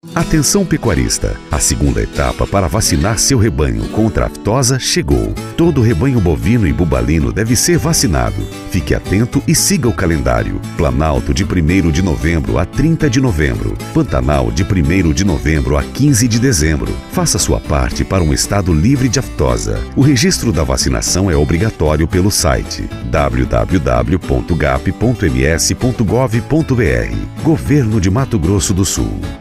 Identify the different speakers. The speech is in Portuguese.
Speaker 1: Atenção pecuarista, a segunda etapa para vacinar seu rebanho contra a aftosa chegou. Todo rebanho bovino e bubalino deve ser vacinado. Fique atento e siga o calendário. Planalto de 1º de novembro a 30 de novembro. Pantanal de 1º de novembro a 15 de dezembro. Faça sua parte para um estado livre de aftosa. O registro da vacinação é obrigatório pelo site www.gap.ms.gov.br. Governo de Mato Grosso do Sul.